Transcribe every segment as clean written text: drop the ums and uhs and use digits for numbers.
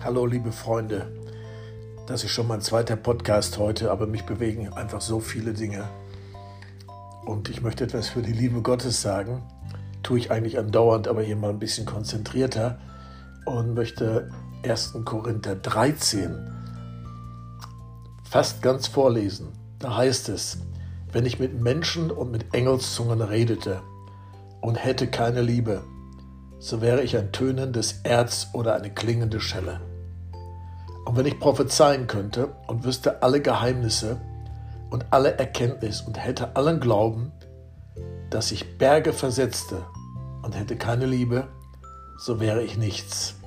Hallo liebe Freunde, das ist schon mein zweiter Podcast heute, aber mich bewegen einfach so viele Dinge. Und ich möchte etwas für die Liebe Gottes sagen, tue ich eigentlich andauernd, aber hier mal ein bisschen konzentrierter und möchte 1. Korinther 13 fast ganz vorlesen. Da heißt es: Wenn ich mit Menschen und mit Engelszungen redete und hätte keine Liebe, so wäre ich ein tönendes Erz oder eine klingende Schelle. Und wenn ich prophezeien könnte und wüsste alle Geheimnisse und alle Erkenntnis und hätte allen Glauben, dass ich Berge versetzte und hätte keine Liebe, so wäre ich nichts.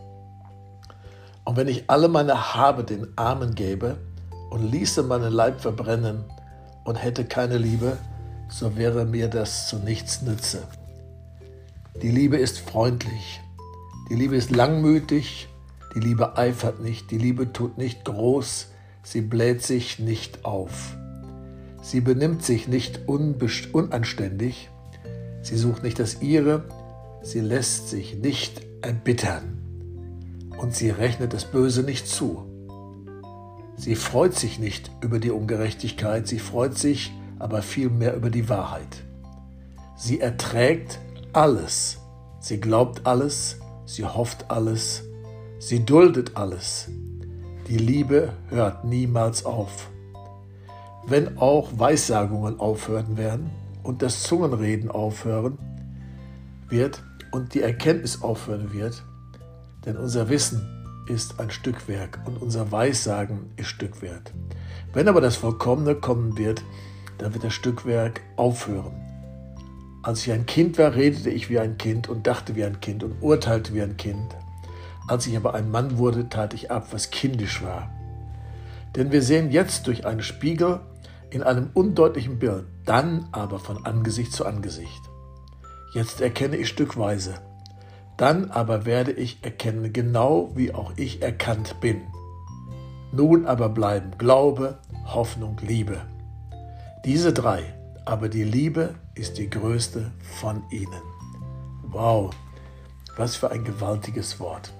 Und wenn ich alle meine Habe den Armen gäbe und ließe meinen Leib verbrennen und hätte keine Liebe, so wäre mir das zu nichts nütze. Die Liebe ist freundlich, die Liebe ist langmütig, die Liebe eifert nicht, die Liebe tut nicht groß, sie bläht sich nicht auf. Sie benimmt sich nicht unanständig, sie sucht nicht das Ihre, sie lässt sich nicht erbittern und sie rechnet das Böse nicht zu. Sie freut sich nicht über die Ungerechtigkeit, sie freut sich aber vielmehr über die Wahrheit. Sie erträgt alles, sie glaubt alles, sie hofft alles, sie duldet alles. Die Liebe hört niemals auf. Wenn auch Weissagungen aufhören werden und das Zungenreden aufhören wird und die Erkenntnis aufhören wird, denn unser Wissen ist ein Stückwerk und unser Weissagen ist Stückwerk. Wenn aber das Vollkommene kommen wird, dann wird das Stückwerk aufhören. Als ich ein Kind war, redete ich wie ein Kind und dachte wie ein Kind und urteilte wie ein Kind. Als ich aber ein Mann wurde, tat ich ab, was kindisch war. Denn wir sehen jetzt durch einen Spiegel in einem undeutlichen Bild, dann aber von Angesicht zu Angesicht. Jetzt erkenne ich stückweise, dann aber werde ich erkennen, genau wie auch ich erkannt bin. Nun aber bleiben Glaube, Hoffnung, Liebe. Diese drei, aber die Liebe ist die größte von ihnen. Wow, was für ein gewaltiges Wort.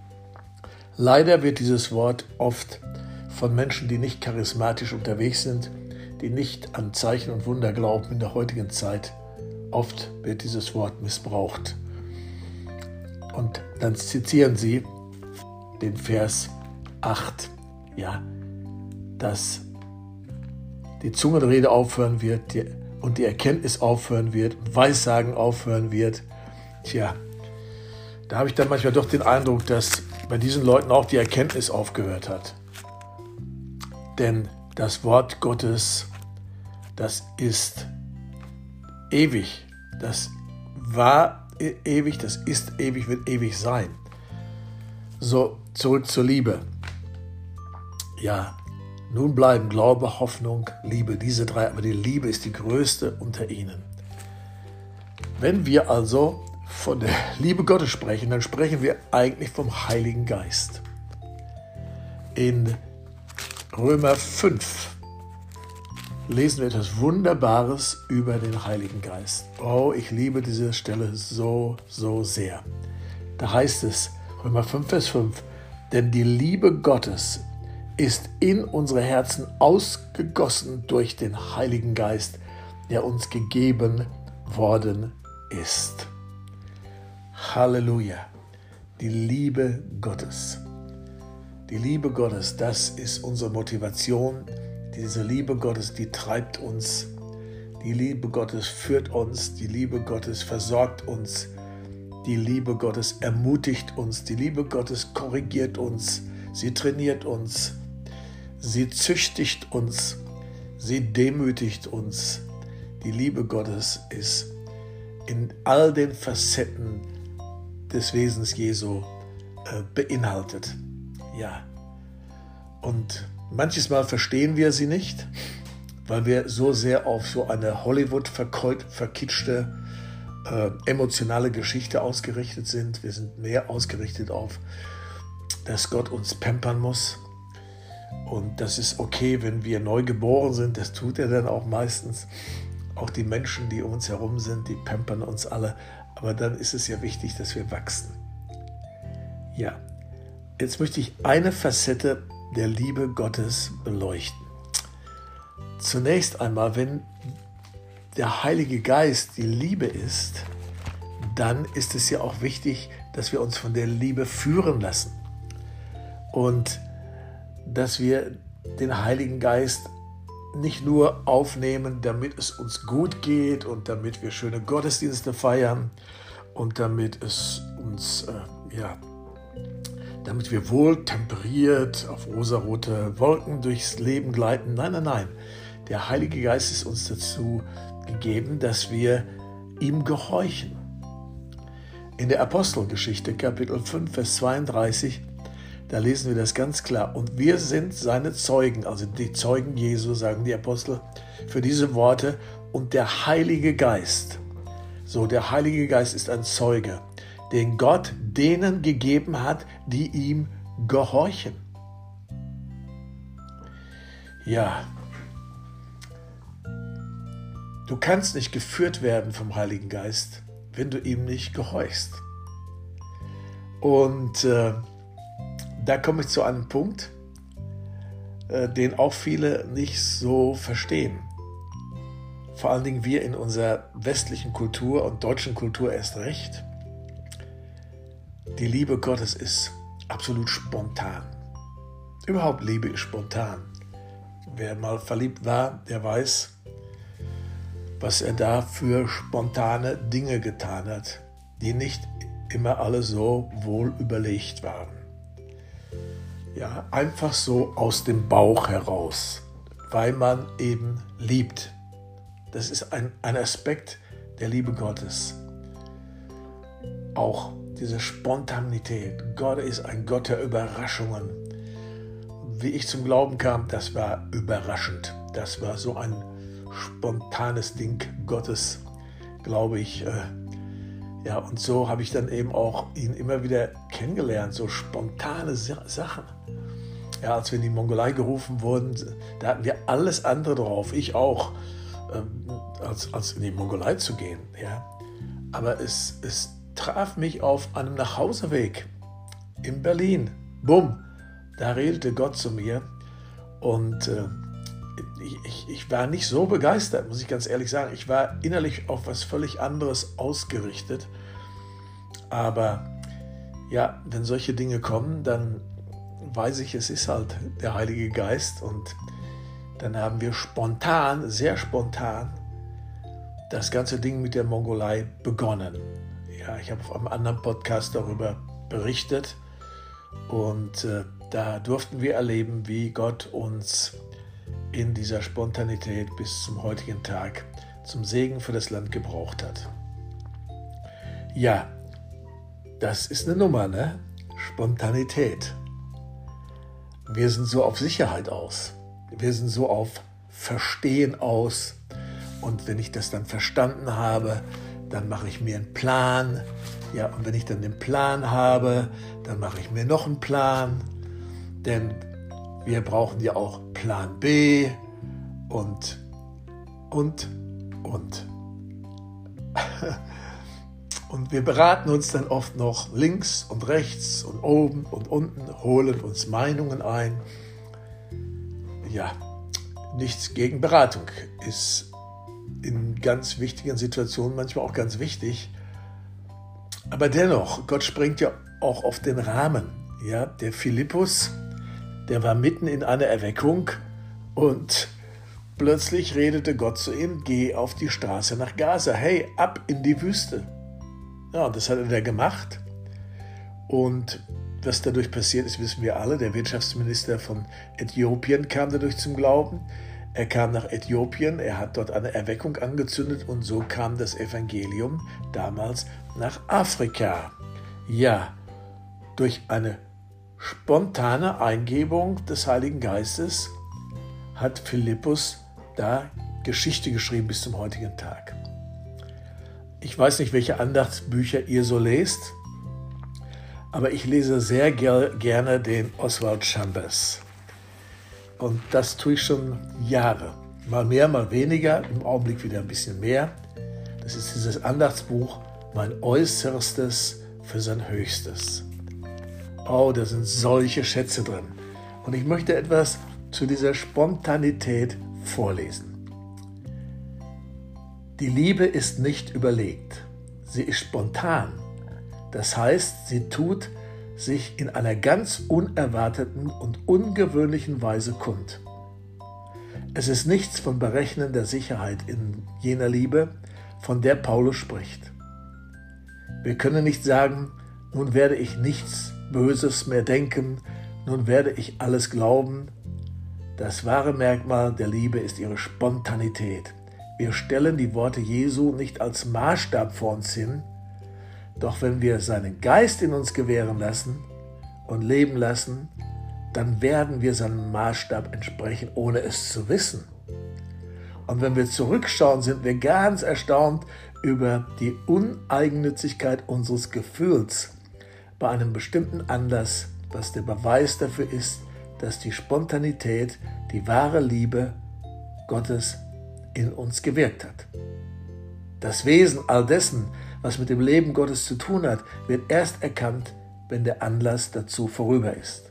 Leider wird dieses Wort oft von Menschen, die nicht charismatisch unterwegs sind, die nicht an Zeichen und Wunder glauben in der heutigen Zeit, oft wird dieses Wort missbraucht. Und dann zitieren sie den Vers 8, dass die Zungenrede aufhören wird und die Erkenntnis aufhören wird, Weissagen aufhören wird. Da habe ich dann manchmal doch den Eindruck, dass bei diesen Leuten auch die Erkenntnis aufgehört hat. Denn das Wort Gottes, das ist ewig, das war ewig, das ist ewig, wird ewig sein. So, zurück zur Liebe. Nun bleiben Glaube, Hoffnung, Liebe, diese drei, aber die Liebe ist die größte unter ihnen. Wenn wir also von der Liebe Gottes sprechen, dann sprechen wir eigentlich vom Heiligen Geist. In Römer 5 lesen wir etwas Wunderbares über den Heiligen Geist. Oh, ich liebe diese Stelle so, so sehr. Da heißt es, Römer 5, Vers 5, denn die Liebe Gottes ist in unsere Herzen ausgegossen durch den Heiligen Geist, der uns gegeben worden ist. Halleluja! Die Liebe Gottes. Die Liebe Gottes, das ist unsere Motivation. Diese Liebe Gottes, die treibt uns. Die Liebe Gottes führt uns. Die Liebe Gottes versorgt uns. Die Liebe Gottes ermutigt uns. Die Liebe Gottes korrigiert uns. Sie trainiert uns. Sie züchtigt uns. Sie demütigt uns. Die Liebe Gottes ist in all den Facetten des Wesens Jesu beinhaltet. Und manches Mal verstehen wir sie nicht, weil wir so sehr auf so eine Hollywood verkitschte, emotionale Geschichte ausgerichtet sind. Wir sind mehr ausgerichtet auf, dass Gott uns pampern muss. Und das ist okay, wenn wir neu geboren sind. Das tut er dann auch meistens. Auch die Menschen, die um uns herum sind, die pampern uns alle. Aber dann ist es ja wichtig, dass wir wachsen. Jetzt möchte ich eine Facette der Liebe Gottes beleuchten. Zunächst einmal, wenn der Heilige Geist die Liebe ist, dann ist es ja auch wichtig, dass wir uns von der Liebe führen lassen und dass wir den Heiligen Geist nicht nur aufnehmen, damit es uns gut geht und damit wir schöne Gottesdienste feiern und damit es uns, damit wir wohl temperiert auf rosarote Wolken durchs Leben gleiten. Nein, nein, nein. Der Heilige Geist ist uns dazu gegeben, dass wir ihm gehorchen. In der Apostelgeschichte, Kapitel 5, Vers 32, da lesen wir das ganz klar. Und wir sind seine Zeugen, also die Zeugen Jesu, sagen die Apostel, für diese Worte. Und der Heilige Geist, so der Heilige Geist ist ein Zeuge, den Gott denen gegeben hat, die ihm gehorchen. Ja, du kannst nicht geführt werden vom Heiligen Geist, wenn du ihm nicht gehorchst. Und da komme ich zu einem Punkt, den auch viele nicht so verstehen. Vor allen Dingen wir in unserer westlichen Kultur und deutschen Kultur erst recht. Die Liebe Gottes ist absolut spontan. Überhaupt Liebe ist spontan. Wer mal verliebt war, der weiß, was er da für spontane Dinge getan hat, die nicht immer alle so wohl überlegt waren. Ja, einfach so aus dem Bauch heraus, weil man eben liebt. Das ist ein Aspekt der Liebe Gottes. Auch diese Spontanität. Gott ist ein Gott der Überraschungen. Wie ich zum Glauben kam, das war überraschend. Das war so ein spontanes Ding Gottes, glaube ich. Ja, und so habe ich dann eben auch ihn immer wieder kennengelernt, so spontane Sachen. Ja, als wir in die Mongolei gerufen wurden, da hatten wir alles andere drauf, ich auch, als in die Mongolei zu gehen. Ja. Aber es traf mich auf einem Nachhauseweg in Berlin. Bumm, da redete Gott zu mir und ich war nicht so begeistert, muss ich ganz ehrlich sagen. Ich war innerlich auf was völlig anderes ausgerichtet. Aber ja, wenn solche Dinge kommen, dann weiß ich, es ist halt der Heilige Geist. Und dann haben wir spontan, sehr spontan, das ganze Ding mit der Mongolei begonnen. Ja, ich habe auf einem anderen Podcast darüber berichtet. Und da durften wir erleben, wie Gott uns in dieser Spontanität bis zum heutigen Tag zum Segen für das Land gebraucht hat. Ja, das ist eine Nummer, ne? Spontanität. Wir sind so auf Sicherheit aus. Wir sind so auf Verstehen aus. Und wenn ich das dann verstanden habe, dann mache ich mir einen Plan. Ja, und wenn ich dann den Plan habe, dann mache ich mir noch einen Plan. Denn wir brauchen ja auch Plan B und. Und wir beraten uns dann oft noch links und rechts und oben und unten, holen uns Meinungen ein. Ja, nichts gegen Beratung ist in ganz wichtigen Situationen manchmal auch ganz wichtig. Aber dennoch, Gott springt ja auch auf den Rahmen. Ja, der Philippus, der war mitten in einer Erweckung und plötzlich redete Gott zu ihm, geh auf die Straße nach Gaza, hey, ab in die Wüste. Ja, und das hat er da gemacht. Und was dadurch passiert ist, wissen wir alle. Der Wirtschaftsminister von Äthiopien kam dadurch zum Glauben. Er kam nach Äthiopien, er hat dort eine Erweckung angezündet und so kam das Evangelium damals nach Afrika. Ja, durch eine spontane Eingebung des Heiligen Geistes hat Philippus da Geschichte geschrieben bis zum heutigen Tag. Ich weiß nicht, welche Andachtsbücher ihr so lest, aber ich lese sehr gerne den Oswald Chambers. Und das tue ich schon Jahre. Mal mehr, mal weniger, im Augenblick wieder ein bisschen mehr. Das ist dieses Andachtsbuch, mein Äußerstes für sein Höchstes. Oh, da sind solche Schätze drin. Und ich möchte etwas zu dieser Spontanität vorlesen. Die Liebe ist nicht überlegt. Sie ist spontan. Das heißt, sie tut sich in einer ganz unerwarteten und ungewöhnlichen Weise kund. Es ist nichts von berechnender Sicherheit in jener Liebe, von der Paulus spricht. Wir können nicht sagen, nun werde ich nichts Böses mehr denken, nun werde ich alles glauben. Das wahre Merkmal der Liebe ist ihre Spontanität. Wir stellen die Worte Jesu nicht als Maßstab vor uns hin, doch wenn wir seinen Geist in uns gewähren lassen und leben lassen, dann werden wir seinem Maßstab entsprechen, ohne es zu wissen. Und wenn wir zurückschauen, sind wir ganz erstaunt über die Uneigennützigkeit unseres Gefühls bei einem bestimmten Anlass, was der Beweis dafür ist, dass die Spontanität, die wahre Liebe Gottes in uns gewirkt hat. Das Wesen all dessen, was mit dem Leben Gottes zu tun hat, wird erst erkannt, wenn der Anlass dazu vorüber ist.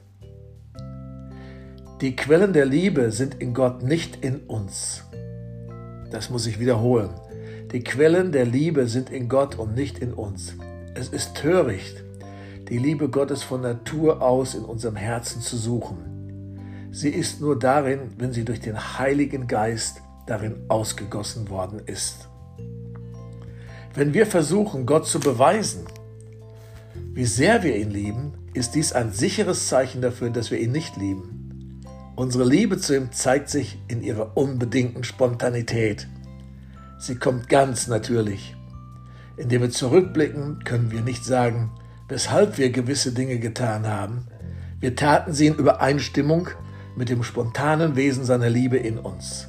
Die Quellen der Liebe sind in Gott, nicht in uns. Das muss ich wiederholen. Die Quellen der Liebe sind in Gott und nicht in uns. Es ist töricht, die Liebe Gottes von Natur aus in unserem Herzen zu suchen. Sie ist nur darin, wenn sie durch den Heiligen Geist darin ausgegossen worden ist. Wenn wir versuchen, Gott zu beweisen, wie sehr wir ihn lieben, ist dies ein sicheres Zeichen dafür, dass wir ihn nicht lieben. Unsere Liebe zu ihm zeigt sich in ihrer unbedingten Spontanität. Sie kommt ganz natürlich. Indem wir zurückblicken, können wir nicht sagen, weshalb wir gewisse Dinge getan haben. Wir taten sie in Übereinstimmung mit dem spontanen Wesen seiner Liebe in uns.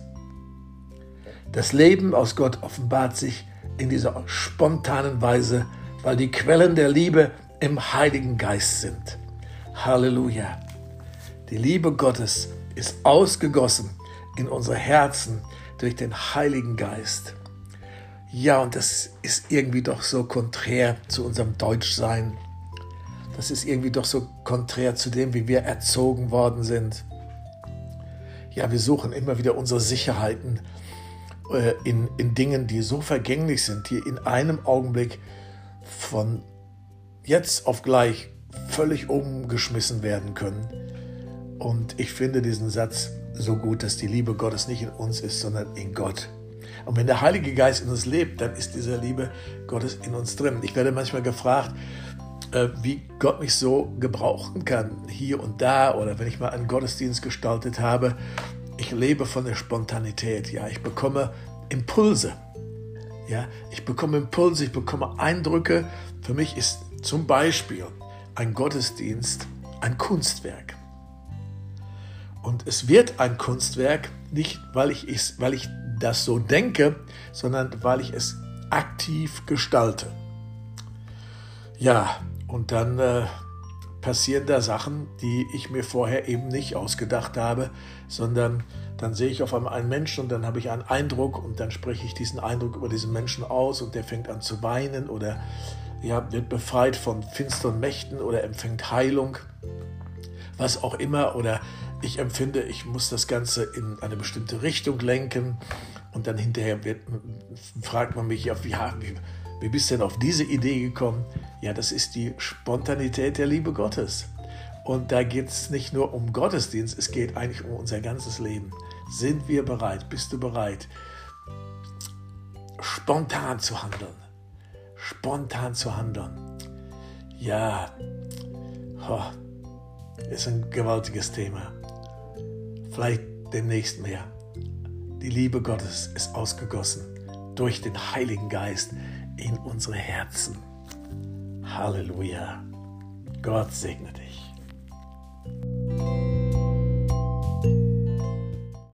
Das Leben aus Gott offenbart sich in dieser spontanen Weise, weil die Quellen der Liebe im Heiligen Geist sind. Halleluja! Die Liebe Gottes ist ausgegossen in unsere Herzen durch den Heiligen Geist. Ja, und das ist irgendwie doch so konträr zu unserem Deutschsein. Das ist irgendwie doch so konträr zu dem, wie wir erzogen worden sind. Ja, wir suchen immer wieder unsere Sicherheiten in Dingen, die so vergänglich sind, die in einem Augenblick von jetzt auf gleich völlig umgeschmissen werden können. Und ich finde diesen Satz so gut, dass die Liebe Gottes nicht in uns ist, sondern in Gott. Und wenn der Heilige Geist in uns lebt, dann ist diese Liebe Gottes in uns drin. Ich werde manchmal gefragt, wie Gott mich so gebrauchen kann, hier und da, oder wenn ich mal einen Gottesdienst gestaltet habe. Ich lebe von der Spontanität. Ja, ich bekomme Impulse. Ja, ich bekomme Eindrücke. Für mich ist zum Beispiel ein Gottesdienst ein Kunstwerk. Und es wird ein Kunstwerk, nicht weil ich das so denke, sondern weil ich es aktiv gestalte. Ja, und dann passieren da Sachen, die ich mir vorher eben nicht ausgedacht habe, sondern dann sehe ich auf einmal einen Menschen und dann habe ich einen Eindruck und dann spreche ich diesen Eindruck über diesen Menschen aus und der fängt an zu weinen oder ja, wird befreit von finsteren Mächten oder empfängt Heilung, was auch immer, oder ich empfinde, ich muss das Ganze in eine bestimmte Richtung lenken und dann hinterher fragt man mich, ja, wie bist du denn auf diese Idee gekommen? Ja, das ist die Spontanität der Liebe Gottes. Und da geht es nicht nur um Gottesdienst, es geht eigentlich um unser ganzes Leben. Sind wir bereit? Bist du bereit, spontan zu handeln? Spontan zu handeln. Ja, ist ein gewaltiges Thema. Vielleicht demnächst mehr. Die Liebe Gottes ist ausgegossen durch den Heiligen Geist in unsere Herzen. Halleluja. Gott segne dich.